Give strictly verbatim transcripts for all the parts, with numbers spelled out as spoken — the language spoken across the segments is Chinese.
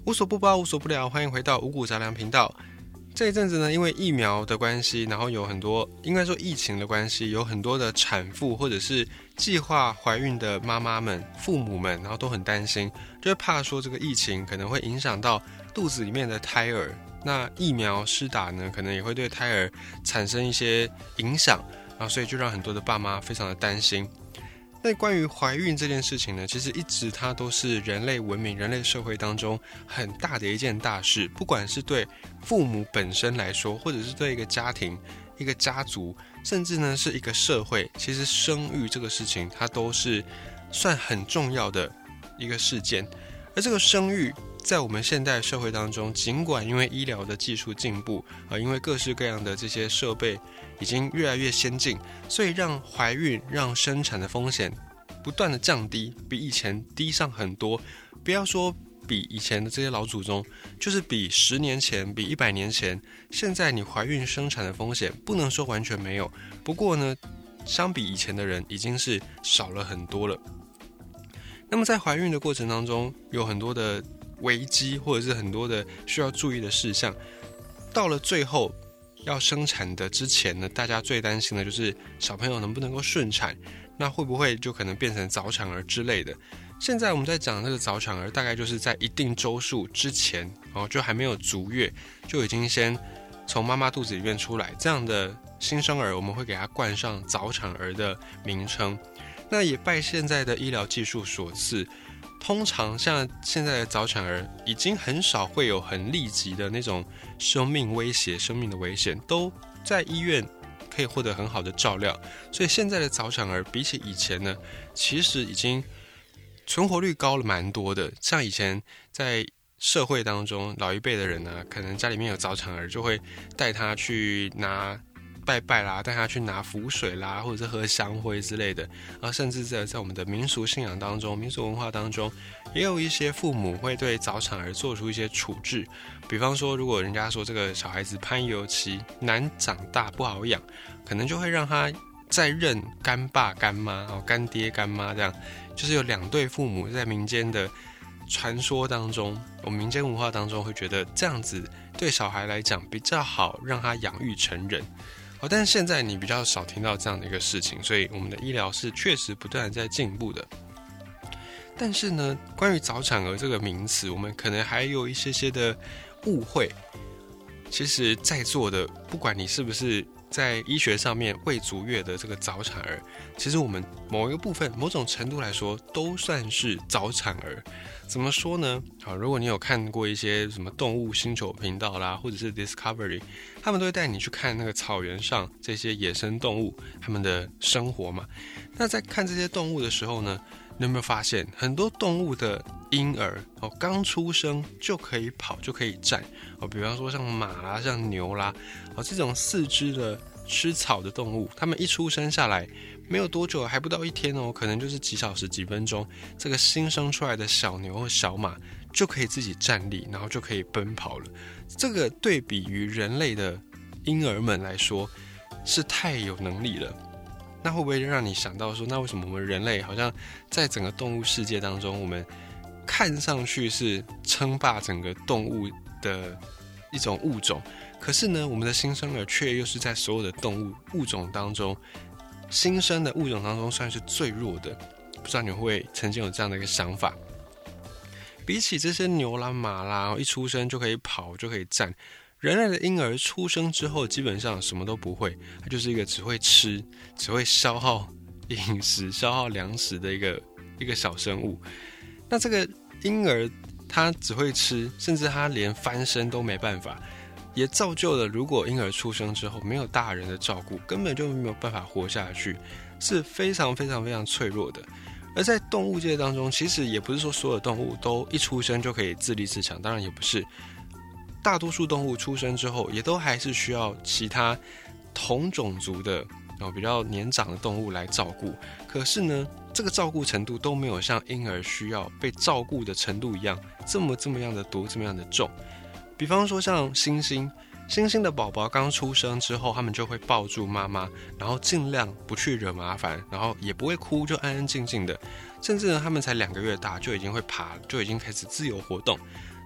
无所不包，无所不聊，欢迎回到五谷杂粮频道。这一阵子呢，因为疫苗的关系，然后有很多，应该说疫情的关系，有很多的产妇或者是计划怀孕的妈妈们、父母们，然后都很担心，就会怕说这个疫情可能会影响到肚子里面的胎儿。那疫苗施打呢，可能也会对胎儿产生一些影响，然后所以就让很多的爸妈非常的担心。那关于怀孕这件事情呢，其实一直它都是人类文明、人类社会当中很大的一件大事，不管是对父母本身来说，或者是对一个家庭、一个家族，甚至呢是一个社会，其实生育这个事情它都是算很重要的一个事件。而这个生育在我们现代社会当中，尽管因为医疗的技术进步，呃，因为各式各样的这些设备已经越来越先进，所以让怀孕、让生产的风险不断的降低，比以前低上很多。不要说比以前的这些老祖宗，就是比十年前、比一百年前，现在你怀孕生产的风险不能说完全没有，不过呢，相比以前的人已经是少了很多了。那么在怀孕的过程当中，有很多的危机或者是很多的需要注意的事项，到了最后要生产的之前呢，大家最担心的就是小朋友能不能够顺产，那会不会就可能变成早产儿之类的。现在我们在讲这个早产儿，大概就是在一定周数之前，哦，就还没有足月，就已经先从妈妈肚子里面出来，这样的新生儿我们会给他冠上早产儿的名称。那也拜现在的医疗技术所赐，通常像现在的早产儿已经很少会有很立即的那种生命威胁、生命的危险，都在医院可以获得很好的照料。所以现在的早产儿比起以前呢，其实已经存活率高了蛮多的。像以前在社会当中，老一辈的人呢，可能家里面有早产儿，就会带他去拿拜拜啦，带他去拿符水啦，或者是喝香灰之类的。啊，甚至在在我们的民俗信仰当中、民俗文化当中，也有一些父母会对早产儿做出一些处置。比方说，如果人家说这个小孩子攀油期难长大不好养，可能就会让他再认干爸干妈、哦、干爹干妈，这样就是有两对父母。在民间的传说当中，我们民间文化当中会觉得这样子对小孩来讲比较好，让他养育成人。哦，但是现在你比较少听到这样的一个事情，所以我们的医疗是确实不断的在进步的。但是呢，关于早产儿这个名词，我们可能还有一些些的误会。其实在座的，不管你是不是在医学上面未足月的这个早产儿，其实我们某一个部分、某种程度来说，都算是早产儿。怎么说呢？好，如果你有看过一些什么动物星球频道啦，或者是 Discovery， 他们都会带你去看那个草原上这些野生动物他们的生活嘛。那在看这些动物的时候呢，你有没有发现很多动物的婴儿哦，刚出生就可以跑，就可以站哦？比方说像马啦、像牛啦，哦，这种四肢的吃草的动物，他们一出生下来没有多久，还不到一天哦，可能就是几小时、几分钟，这个新生出来的小牛或小马就可以自己站立，然后就可以奔跑了。这个对比于人类的婴儿们来说，是太有能力了。那会不会让你想到说，那为什么我们人类好像在整个动物世界当中，我们看上去是称霸整个动物的一种物种，可是呢，我们的新生儿却又是在所有的动物物种当中，新生的物种当中算是最弱的。不知道你会不会曾经有这样的一个想法？比起这些牛啦、马啦，一出生就可以跑、就可以站，人类的婴儿出生之后基本上什么都不会，他就是一个只会吃、只会消耗饮食、消耗粮食的一个一个小生物。那这个婴儿他只会吃，甚至他连翻身都没办法，也造就了如果婴儿出生之后没有大人的照顾，根本就没有办法活下去，是非常非常非常脆弱的。而在动物界当中，其实也不是说所有动物都一出生就可以自立自强，当然也不是，大多数动物出生之后也都还是需要其他同种族的、哦、比较年长的动物来照顾。可是呢，这个照顾程度都没有像婴儿需要被照顾的程度一样这么这么样的多，这么样的重。比方说像猩猩，猩猩的宝宝刚出生之后，他们就会抱住妈妈，然后尽量不去惹麻烦，然后也不会哭，就安安静静的。甚至呢，他们才两个月大就已经会爬，就已经开始自由活动。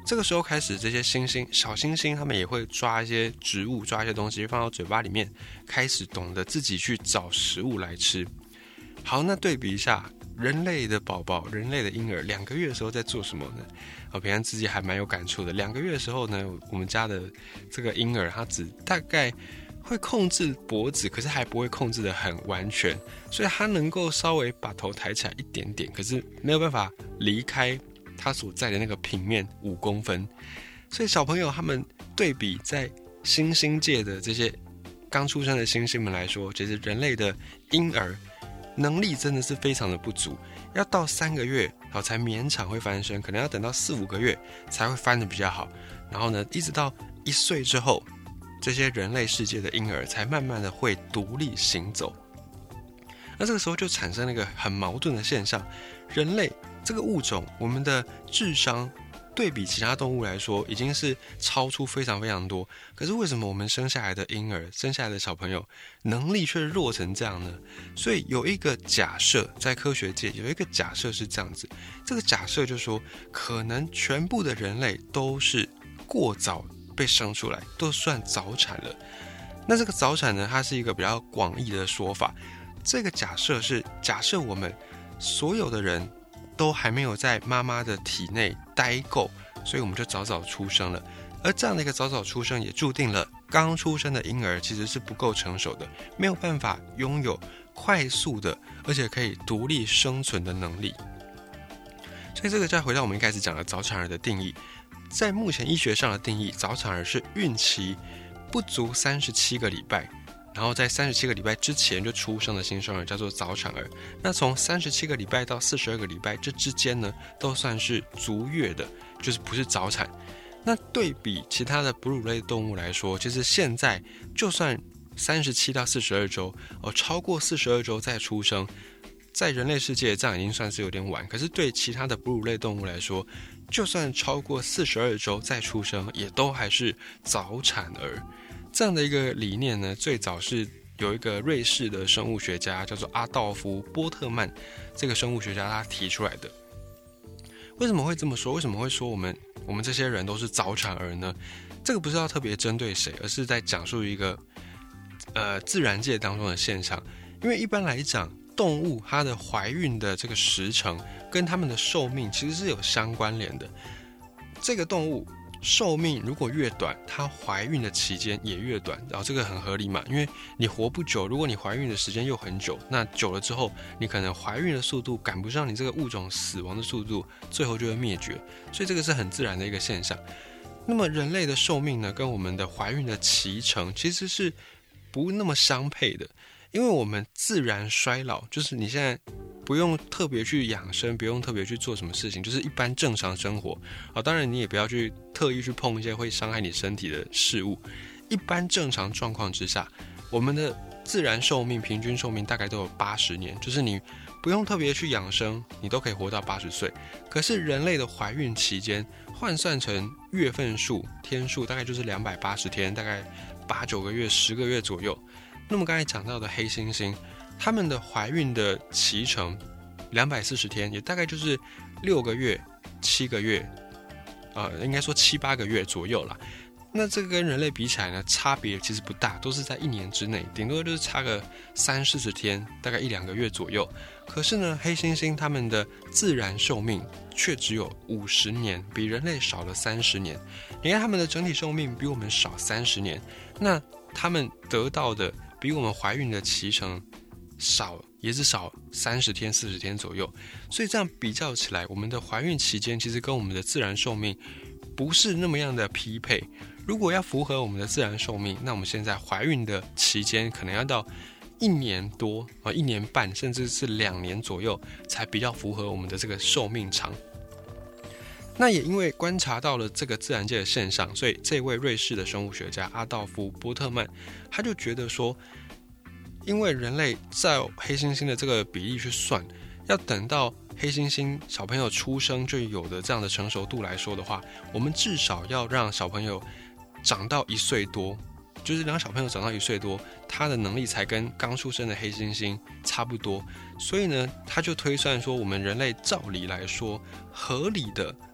这个时候开始，这些猩猩小猩猩他们也会抓一些植物，抓一些东西放到嘴巴里面，开始懂得自己去找食物来吃。好，那对比一下人类的宝宝，人类的婴儿两个月的时候在做什么呢？我平常自己还蛮有感触的。两个月的时候呢，我们家的这个婴儿他只大概会控制脖子，可是还不会控制得很完全，所以他能够稍微把头抬起来一点点，可是没有办法离开他所在的那个平面五公分。所以小朋友他们对比在猩猩界的这些刚出生的猩猩们来说，其实人类的婴儿能力真的是非常的不足，要到三个月然后才勉强会翻身，可能要等到四五个月才会翻得比较好。然后呢，一直到一岁之后，这些人类世界的婴儿才慢慢的会独立行走。那这个时候就产生了一个很矛盾的现象，人类这个物种，我们的智商对比其他动物来说已经是超出非常非常多，可是为什么我们生下来的婴儿，生下来的小朋友能力却弱成这样呢？所以有一个假设，在科学界有一个假设是这样子，这个假设就是说，可能全部的人类都是过早被生出来，都算早产了。那这个早产呢，它是一个比较广义的说法，这个假设是假设我们所有的人都还没有在妈妈的体内待够，所以我们就早早出生了。而这样的一个早早出生，也注定了刚出生的婴儿其实是不够成熟的，没有办法拥有快速的而且可以独立生存的能力。所以这个再回到我们一开始讲的早产儿的定义，在目前医学上的定义，早产儿是孕期不足三十七个礼拜，然后在三十七个礼拜之前就出生的新生儿叫做早产儿。那从三十七个礼拜到四十二个礼拜这之间呢，都算是足月的，就是不是早产。那对比其他的哺乳类动物来说，其实现在就算三十七到四十二周，哦，超过四十二周再出生，在人类世界这样已经算是有点晚，可是对其他的哺乳类动物来说，就算超过四十二周再出生，也都还是早产儿。这样的一个理念呢，最早是有一个瑞士的生物学家叫做阿道夫·波特曼，这个生物学家他提出来的。为什么会这么说？为什么会说我们我们这些人都是早产儿呢？这个不是要特别针对谁，而是在讲述一个呃自然界当中的现象。因为一般来讲，动物它的怀孕的这个时程跟它们的寿命其实是有相关联的。这个动物寿命如果越短，它怀孕的期间也越短，然后这个很合理嘛，因为你活不久，如果你怀孕的时间又很久，那久了之后，你可能怀孕的速度赶不上你这个物种死亡的速度，最后就会灭绝，所以这个是很自然的一个现象。那么人类的寿命呢，跟我们的怀孕的期程其实是不那么相配的，因为我们自然衰老，就是你现在不用特别去养生，不用特别去做什么事情，就是一般正常生活。好，当然你也不要去特意去碰一些会伤害你身体的事物。一般正常状况之下，我们的自然寿命平均寿命大概都有八十年，就是你不用特别去养生，你都可以活到八十岁。可是人类的怀孕期间换算成月份数、天数，大概就是两百八十天，大概八九个月、十个月左右。那么刚才讲到的黑猩猩，他们的怀孕的期程两百四十天，也大概就是六个月、七个月，呃，应该说七八个月左右啦。那这个跟人类比起来呢，差别其实不大，都是在一年之内，顶多就是差个三四十天，大概一两个月左右。可是呢，黑猩猩他们的自然寿命却只有五十年，比人类少了三十年。你看他们的整体寿命比我们少三十年，那他们得到的比我们怀孕的期程少，也是少三十天、四十天左右。所以这样比较起来，我们的怀孕期间其实跟我们的自然寿命不是那么样的匹配。如果要符合我们的自然寿命，那我们现在怀孕的期间可能要到一年多啊，一年半，甚至是两年左右，才比较符合我们的这个寿命长。那也因为观察到了这个自然界的现象，所以这位瑞士的生物学家阿道夫·波特曼，他就觉得说，因为人类照黑猩猩的这个比例去算，要等到黑猩猩小朋友出生就有的这样的成熟度来说的话，我们至少要让小朋友长到一岁多，就是让小朋友长到一岁多，他的能力才跟刚出生的黑猩猩差不多。所以呢，他就推算说，我们人类照理来说，合理的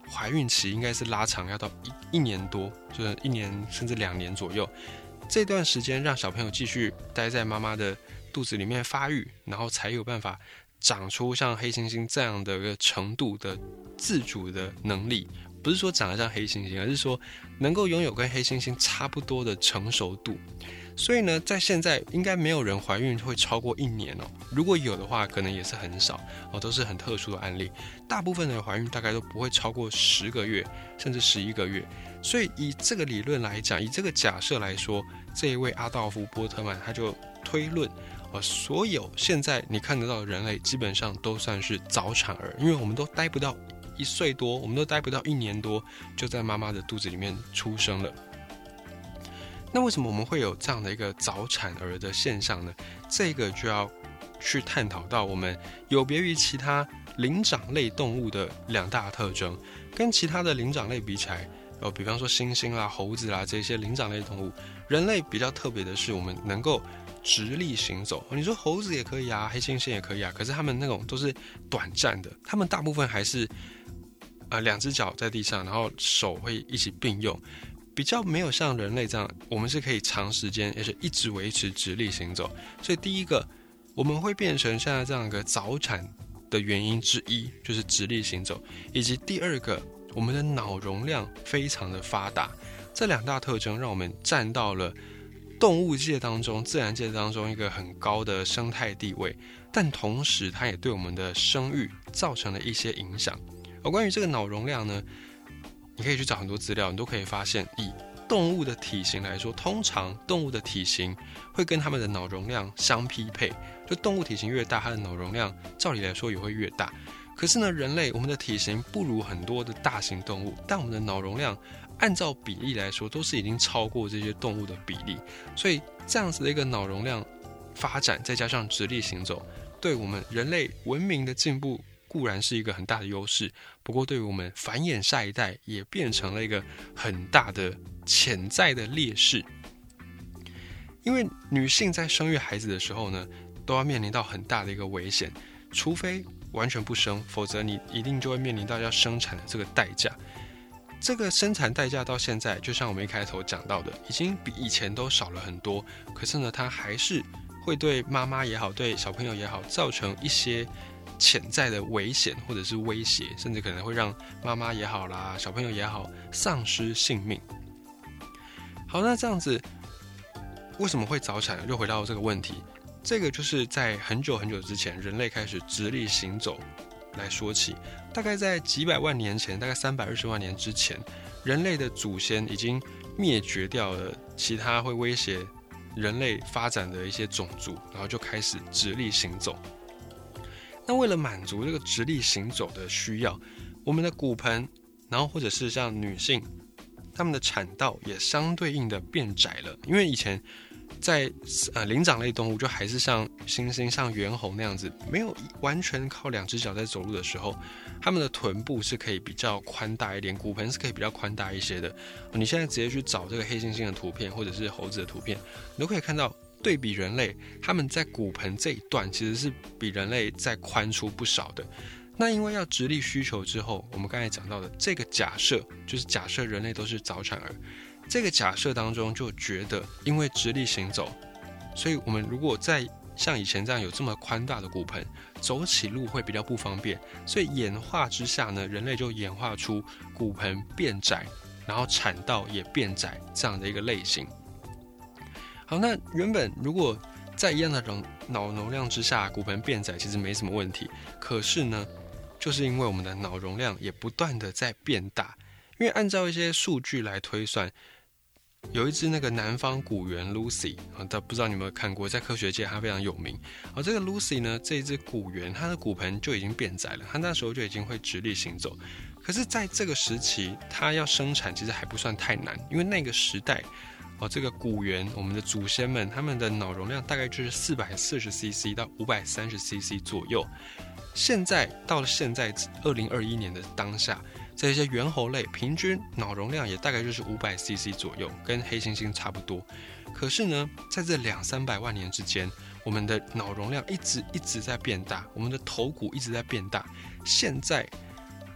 怀孕期应该是拉长要到 一, 一年多，就是一年甚至两年左右。这段时间让小朋友继续待在妈妈的肚子里面发育，然后才有办法长出像黑猩猩这样的一个程度的自主的能力。不是说长得像黑猩猩，而是说能够拥有跟黑猩猩差不多的成熟度。所以呢，在现在应该没有人怀孕会超过一年哦。如果有的话，可能也是很少哦，都是很特殊的案例。大部分的怀孕大概都不会超过十个月，甚至十一个月。所以以这个理论来讲，以这个假设来说，这一位阿道夫·波特曼他就推论，哦，所有现在你看得到的人类基本上都算是早产儿，因为我们都待不到一岁多，我们都待不到一年多，就在妈妈的肚子里面出生了。那为什么我们会有这样的一个早产儿的现象呢？这个就要去探讨到我们有别于其他灵长类动物的两大特征。跟其他的灵长类比起来，呃，比方说猩猩啦、猴子啦这些灵长类动物，人类比较特别的是，我们能够直立行走。你说猴子也可以啊，黑猩猩也可以啊，可是他们那种都是短暂的，他们大部分还是呃两只脚在地上，然后手会一起并用。比较没有像人类这样，我们是可以长时间而且一直维持直立行走。所以第一个我们会变成现在这样一个早产的原因之一，就是直立行走，以及第二个我们的脑容量非常的发达。这两大特征让我们站到了动物界当中、自然界当中一个很高的生态地位，但同时它也对我们的生育造成了一些影响。而关于这个脑容量呢，你可以去找很多资料，你都可以发现，以动物的体型来说，通常动物的体型会跟它们的脑容量相匹配。就动物体型越大，它的脑容量照理来说也会越大。可是呢，人类我们的体型不如很多的大型动物，但我们的脑容量按照比例来说，都是已经超过这些动物的比例。所以这样子的一个脑容量发展，再加上直立行走，对我们人类文明的进步固然是一个很大的优势，不过对于我们繁衍下一代也变成了一个很大的潜在的劣势。因为女性在生育孩子的时候呢，都要面临到很大的一个危险，除非完全不生，否则你一定就会面临到要生产的这个代价。这个生产代价到现在，就像我们一开头讲到的，已经比以前都少了很多。可是呢，它还是会对妈妈也好，对小朋友也好，造成一些潜在的危险或者是威胁，甚至可能会让妈妈也好啦，小朋友也好，丧失性命。好，那这样子为什么会早产？又回到这个问题，这个就是在很久很久之前，人类开始直立行走来说起。大概在几百万年前，大概三百二十万年之前，人类的祖先已经灭绝掉了其他会威胁人类发展的一些种族，然后就开始直立行走。那为了满足这个直立行走的需要，我们的骨盆，然后或者是像女性，她们的产道也相对应的变窄了。因为以前在呃灵长类动物就还是像猩猩、像猿猴那样子，没有完全靠两只脚在走路的时候，它们的臀部是可以比较宽大一点，骨盆是可以比较宽大一些的。你现在直接去找这个黑猩猩的图片或者是猴子的图片，你都可以看到，对比人类，他们在骨盆这一段其实是比人类再宽出不少的。那因为要直立需求之后，我们刚才讲到的这个假设，就是假设人类都是早产儿。这个假设当中就觉得，因为直立行走，所以我们如果在像以前这样有这么宽大的骨盆，走起路会比较不方便。所以演化之下呢，人类就演化出骨盆变窄，然后产道也变窄这样的一个类型。好，那原本如果在一样的脑容量之下，骨盆变窄其实没什么问题。可是呢，就是因为我们的脑容量也不断的在变大，因为按照一些数据来推算，有一只那个南方古猿 Lucy 啊，不知道你有没有看过，在科学界它非常有名。而这个 Lucy 呢，这一只古猿，它的骨盆就已经变窄了，它那时候就已经会直立行走。可是在这个时期，它要生产其实还不算太难，因为那个时代哦，这个古猿，我们的祖先们，他们的脑容量大概就是四百四十 C C 到五百三十 C C 左右。现在到了现在二零二一年的当下，这些猿猴类平均脑容量也大概就是五百 C C 左右，跟黑猩猩差不多。可是呢，在这两三百万年之间，我们的脑容量一直一直在变大，我们的头骨一直在变大。现在我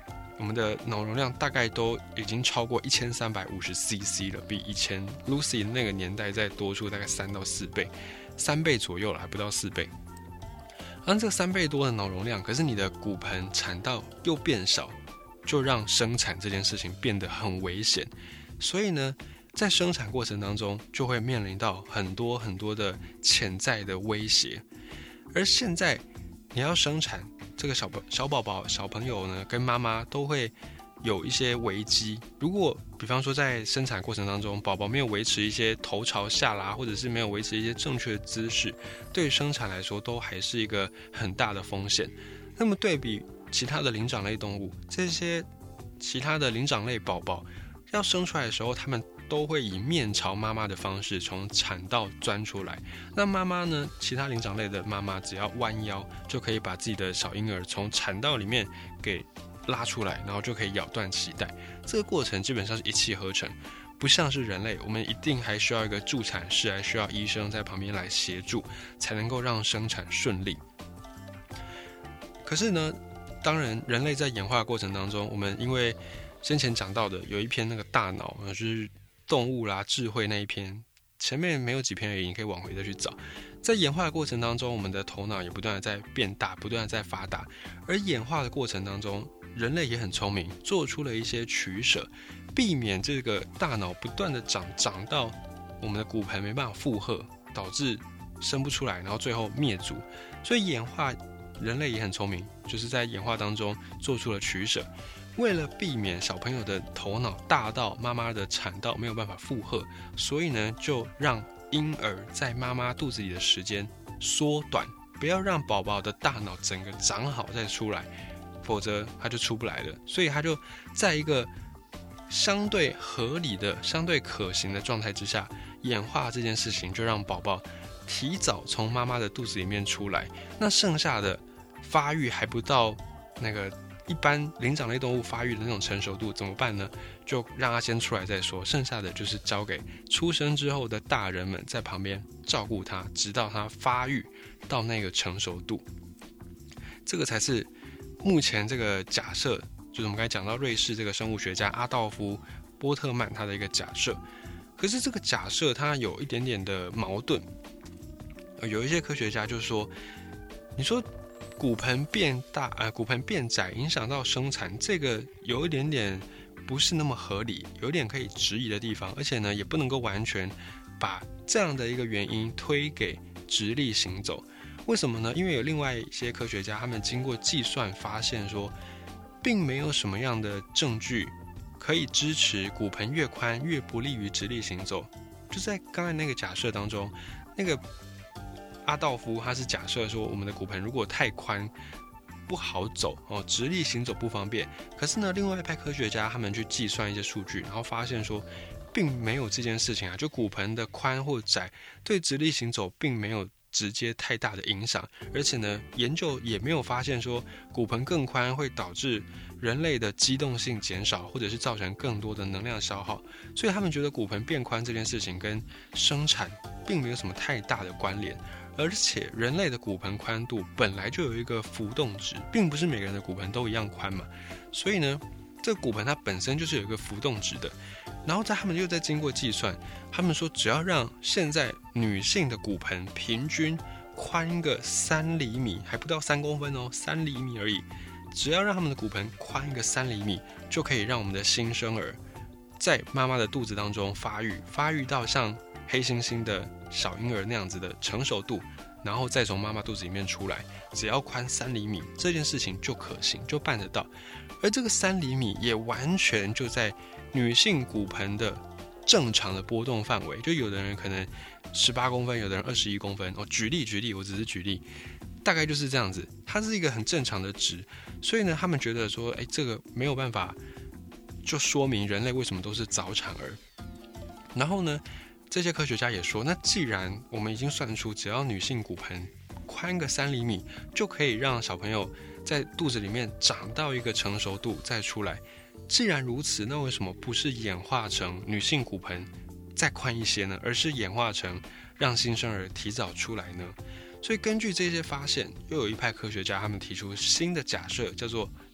我们的脑容量大概都已经超过一千三百五十 C C 了，比以前 Lucy 那个年代再多出大概三到四倍，三倍左右了，还不到四倍。而这三倍多的脑容量，可是你的骨盆产道又变少，就让生产这件事情变得很危险。所以呢，在生产过程当中，就会面临到很多很多的潜在的威胁。而现在你要生产，这个小小宝宝、小朋友呢，跟妈妈都会有一些危机。如果比方说在生产过程当中，宝宝没有维持一些头朝下啦，或者是没有维持一些正确的姿势，对生产来说都还是一个很大的风险。那么对比其他的灵长类动物，这些其他的灵长类宝宝要生出来的时候，他们都会以面朝妈妈的方式从产道钻出来。那妈妈呢？其他灵长类的妈妈只要弯腰，就可以把自己的小婴儿从产道里面给拉出来，然后就可以咬断脐带。这个过程基本上是一气呵成，不像是人类，我们一定还需要一个助产士，还需要医生在旁边来协助，才能够让生产顺利。可是呢，当然人类在演化的过程当中，我们因为先前讲到的有一篇那个大脑，就是动物啦智慧那一篇，前面没有几篇而已，你可以往回再去找。在演化的过程当中，我们的头脑也不断的在变大，不断的在发达。而演化的过程当中，人类也很聪明，做出了一些取舍，避免这个大脑不断的长长到我们的骨盆没办法负荷，导致生不出来，然后最后灭族。所以演化人类也很聪明，就是在演化当中做出了取舍。为了避免小朋友的头脑大到妈妈的产道没有办法负荷，所以呢，就让婴儿在妈妈肚子里的时间缩短，不要让宝宝的大脑整个长好再出来，否则他就出不来了。所以他就在一个相对合理的、相对可行的状态之下，演化这件事情就让宝宝提早从妈妈的肚子里面出来。那剩下的发育还不到那个一般灵长类动物发育的那种成熟度怎么办呢？就让它先出来再说，剩下的就是交给出生之后的大人们在旁边照顾它，直到它发育到那个成熟度。这个才是目前这个假设，就是我们刚才讲到瑞士这个生物学家阿道夫·波特曼他的一个假设。可是这个假设它有一点点的矛盾，有一些科学家就说，你说骨盆变大，呃，骨盆变窄影响到生产，这个有一点点不是那么合理，有点可以质疑的地方，而且呢，也不能够完全把这样的一个原因推给直立行走。为什么呢？因为有另外一些科学家，他们经过计算发现说，并没有什么样的证据可以支持骨盆越宽越不利于直立行走。就在刚才那个假设当中，那个阿道夫他是假设说，我们的骨盆如果太宽不好走哦，直立行走不方便。可是呢，另外一派科学家他们去计算一些数据，然后发现说，并没有这件事情啊，就骨盆的宽或窄对直立行走并没有直接太大的影响，而且呢，研究也没有发现说骨盆更宽会导致人类的机动性减少，或者是造成更多的能量消耗。所以他们觉得骨盆变宽这件事情跟生产并没有什么太大的关联。而且人类的骨盆宽度本来就有一个浮动值，并不是每个人的骨盆都一样宽嘛，所以呢，这个骨盆它本身就是有一个浮动值的。然后在他们又在经过计算，他们说只要让现在女性的骨盆平均宽个三厘米，还不到三公分哦，三厘米而已。只要让他们的骨盆宽一个三厘米，就可以让我们的新生儿在妈妈的肚子当中发育，发育到像黑猩猩的小婴儿那样子的成熟度，然后再从妈妈肚子里面出来，只要宽三厘米，这件事情就可行，就办得到。而这个三厘米也完全就在女性骨盆的正常的波动范围，就有的人可能十八公分，有的人二十一公分。哦，举例举例，我只是举例，大概就是这样子，它是一个很正常的值。所以呢，他们觉得说，哎，这个没有办法，就说明人类为什么都是早产儿。然后呢，这些科学家也说，那既然我们已经算出，只要女性骨盆宽个三厘米，就可以让小朋友在肚子里面长到一个成熟度再出来。既然如此，那为什么不是演化成女性骨盆再宽一些呢？而是演化成让新生儿提早出来呢？所以根据这些发现，又有一派科学家他们提出新的假设，叫做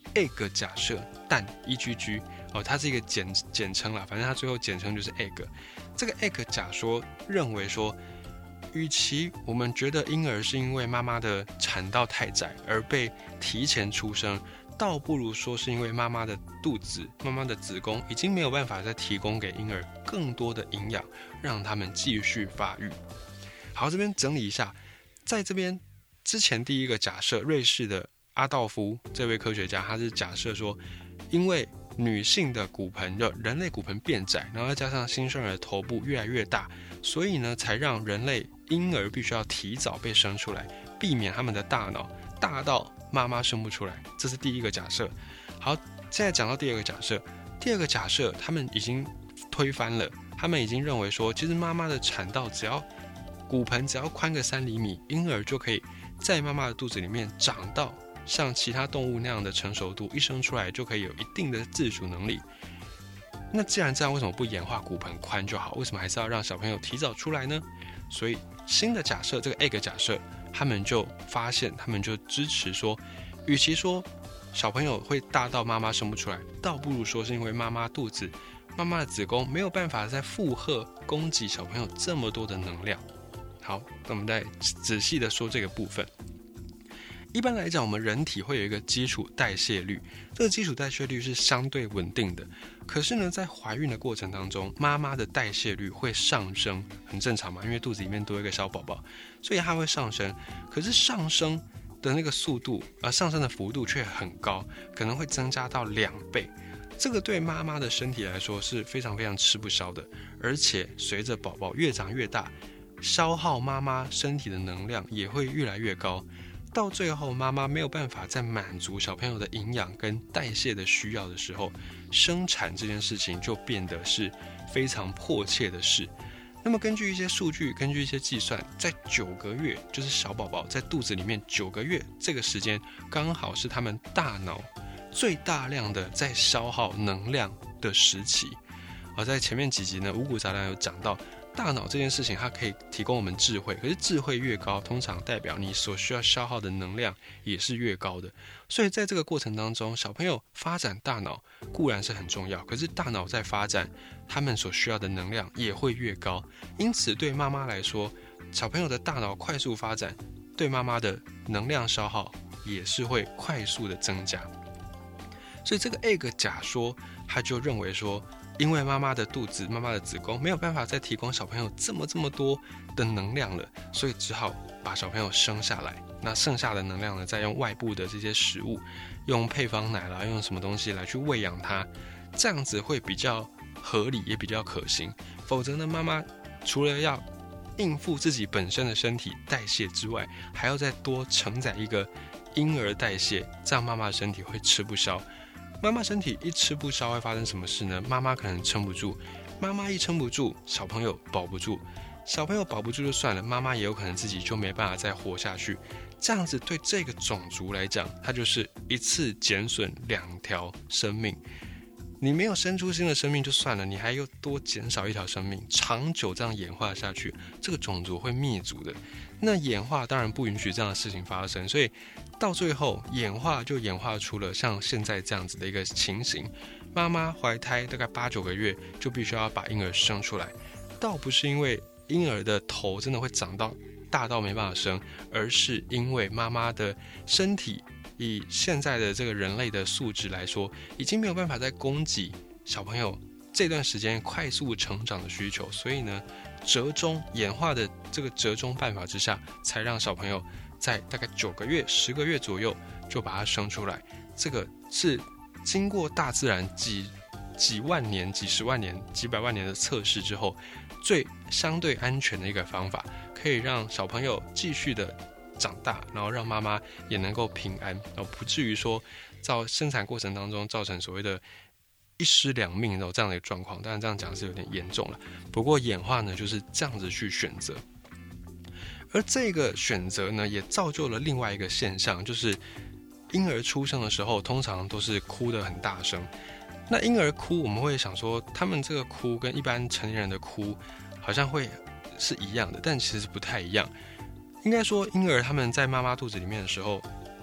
egg 假设蛋 E G G 哦，它是一个简简称啦，反正它最后简称就是 egg。这个 egg 假说认为说，与其我们觉得婴儿是因为妈妈的产道太窄而被提前出生，倒不如说是因为妈妈的肚子、妈妈的子宫已经没有办法再提供给婴儿更多的营养，让他们继续发育。好，这边整理一下，在这边之前第一个假设，瑞士的阿道夫这位科学家，他是假设说，因为女性的骨盆，人类骨盆变窄，然后再加上新生儿的头部越来越大，所以呢，才让人类婴儿必须要提早被生出来，避免他们的大脑大到妈妈生不出来。这是第一个假设。好，现在讲到第二个假设。第二个假设，他们已经推翻了，他们已经认为说，其实妈妈的产道只要骨盆只要宽个三厘米，婴儿就可以在妈妈的肚子里面长到像其他动物那样的成熟度，一生出来就可以有一定的自主能力。那既然这样，为什么不演化骨盆宽就好？为什么还是要让小朋友提早出来呢？所以新的假设，这个 egg 假设，他们就发现，他们就支持说，与其说小朋友会大到妈妈生不出来，倒不如说是因为妈妈肚子、妈妈的子宫没有办法再负荷供给小朋友这么多的能量。好，那我们再仔细的说这个部分。一般来讲，我们人体会有一个基础代谢率，这个基础代谢率是相对稳定的。可是呢，在怀孕的过程当中，妈妈的代谢率会上升，很正常嘛，因为肚子里面多一个小宝宝，所以它会上升。可是上升的那个速度，呃，上升的幅度却很高，可能会增加到两倍。这个对妈妈的身体来说是非常非常吃不消的，而且随着宝宝越长越大，消耗妈妈身体的能量也会越来越高。到最后，妈妈没有办法再满足小朋友的营养跟代谢的需要的时候，生产这件事情就变得是非常迫切的事。那么根据一些数据，根据一些计算，在九个月，就是小宝宝在肚子里面九个月这个时间，刚好是他们大脑最大量的在消耗能量的时期。而在前面几集呢，五谷杂粮有讲到，大脑这件事情它可以提供我们智慧，可是智慧越高，通常代表你所需要消耗的能量也是越高的。所以在这个过程当中，小朋友发展大脑固然是很重要，可是大脑在发展，他们所需要的能量也会越高。因此对妈妈来说，小朋友的大脑快速发展，对妈妈的能量消耗也是会快速的增加。所以这个 egg 假说，他就认为说，因为妈妈的肚子、妈妈的子宫没有办法再提供小朋友这么这么多的能量了，所以只好把小朋友生下来。那剩下的能量呢，再用外部的这些食物，用配方奶啦，用什么东西来去喂养它，这样子会比较合理，也比较可行。否则呢，妈妈除了要应付自己本身的身体代谢之外，还要再多承载一个婴儿代谢，这样妈妈的身体会吃不消。妈妈身体一吃不消会发生什么事呢？妈妈可能撑不住，妈妈一撑不住，小朋友保不住，小朋友保不住就算了，妈妈也有可能自己就没办法再活下去。这样子对这个种族来讲，它就是一次减损两条生命。你没有生出新的生命就算了，你还又多减少一条生命，长久这样演化下去，这个种族会灭族的。那演化当然不允许这样的事情发生，所以到最后演化就演化出了像现在这样子的一个情形。妈妈怀胎大概八九个月就必须要把婴儿生出来，倒不是因为婴儿的头真的会长到大到没办法生，而是因为妈妈的身体以现在的这个人类的素质来说，已经没有办法再供给小朋友这段时间快速成长的需求，所以呢，折中演化的这个折中办法之下，才让小朋友在大概九个月、十个月左右就把它生出来。这个是经过大自然几几万年、几十万年、几百万年的测试之后，最相对安全的一个方法，可以让小朋友继续的长大，然后让妈妈也能够平安，然后不至于说在生产过程当中造成所谓的一尸两命的这样的一个状况。当然这样讲是有点严重了，不过演化呢就是这样子去选择。而这个选择呢，也造就了另外一个现象，就是婴儿出生的时候通常都是哭得很大声。那婴儿哭，我们会想说他们这个哭跟一般成年人的哭好像会是一样的，但其实不太一样。应该说婴儿他们在妈妈肚子里面的时候，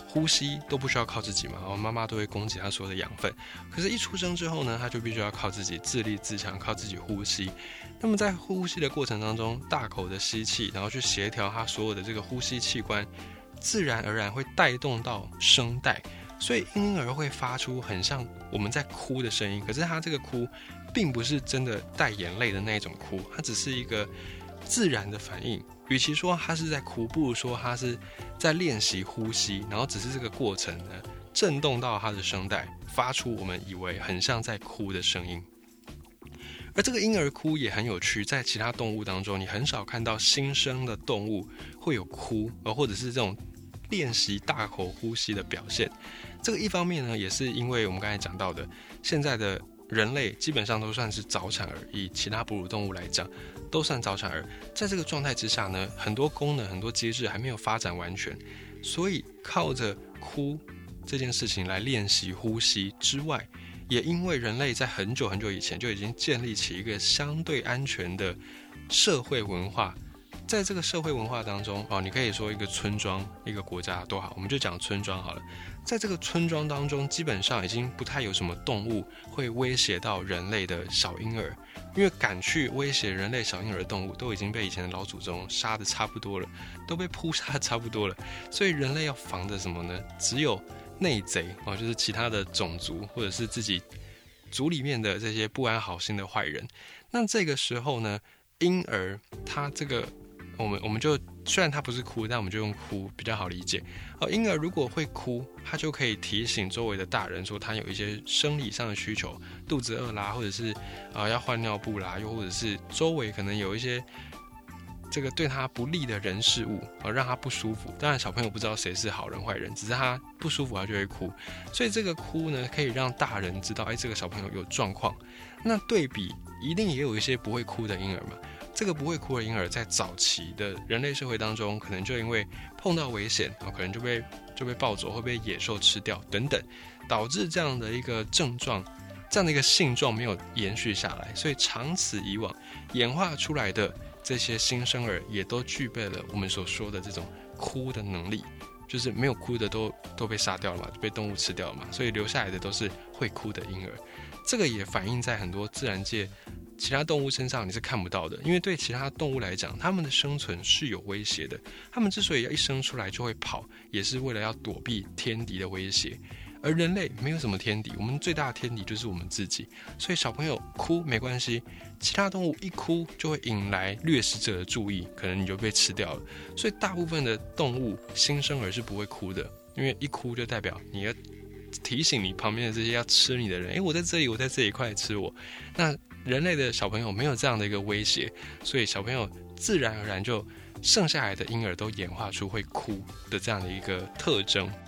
呼吸都不需要靠自己嘛，然后妈妈都会供给他所有的养分。可是，一出生之后呢，他就必须要靠自己自立自强，靠自己呼吸。那么在呼吸的过程当中，大口的吸气，然后去协调他所有的这个呼吸器官，自然而然会带动到声带，所以婴儿会发出很像我们在哭的声音。可是他这个哭，并不是真的带眼泪的那种哭，它只是一个自然的反应。与其说他是在哭，不如说他是在练习呼吸，然后只是这个过程呢，震动到他的声带，发出我们以为很像在哭的声音。而这个婴儿哭也很有趣，在其他动物当中，你很少看到新生的动物会有哭，或者是这种练习大口呼吸的表现。这个一方面呢，也是因为我们刚才讲到的，现在的人类基本上都算是早产儿，以其他哺乳动物来讲，都算早产儿。在这个状态之下呢，很多功能、很多机制还没有发展完全，所以靠着哭这件事情来练习呼吸之外，也因为人类在很久很久以前就已经建立起一个相对安全的社会文化。在这个社会文化当中，哦，你可以说一个村庄、一个国家都好，我们就讲村庄好了。在这个村庄当中，基本上已经不太有什么动物会威胁到人类的小婴儿，因为敢去威胁人类小婴儿的动物都已经被以前的老祖宗杀得差不多了，都被扑杀得差不多了。所以人类要防的什么呢？只有内贼，哦，就是其他的种族或者是自己族里面的这些不安好心的坏人。那这个时候呢，婴儿他这个我们我们就虽然他不是哭，但我们就用哭比较好理解。哦，婴儿如果会哭，他就可以提醒周围的大人说他有一些生理上的需求，肚子饿啦，或者是呃要换尿布啦，又或者是周围可能有一些这个对他不利的人事物，而让他不舒服。当然小朋友不知道谁是好人坏人，只是他不舒服他就会哭，所以这个哭呢可以让大人知道，哎，这个小朋友有状况。那对比一定也有一些不会哭的婴儿嘛，这个不会哭的婴儿在早期的人类社会当中，可能就因为碰到危险，可能就被就被抱走，会被野兽吃掉等等，导致这样的一个症状，这样的一个性状没有延续下来，所以长此以往演化出来的这些新生儿也都具备了我们所说的这种哭的能力，就是没有哭的都都被杀掉了嘛，被动物吃掉了嘛，所以留下来的都是会哭的婴儿。这个也反映在很多自然界其他动物身上，你是看不到的，因为对其他动物来讲，它们的生存是有威胁的，它们之所以要一生出来就会跑，也是为了要躲避天敌的威胁。而人类没有什么天敌，我们最大的天敌就是我们自己，所以小朋友哭没关系，其他动物一哭就会引来掠食者的注意，可能你就被吃掉了。所以大部分的动物新生儿是不会哭的，因为一哭就代表你要提醒你旁边的这些要吃你的人，诶，我在这里，我在这里，快来吃我。那人类的小朋友没有这样的一个威胁，所以小朋友自然而然就剩下来的婴儿都演化出会哭的这样的一个特征。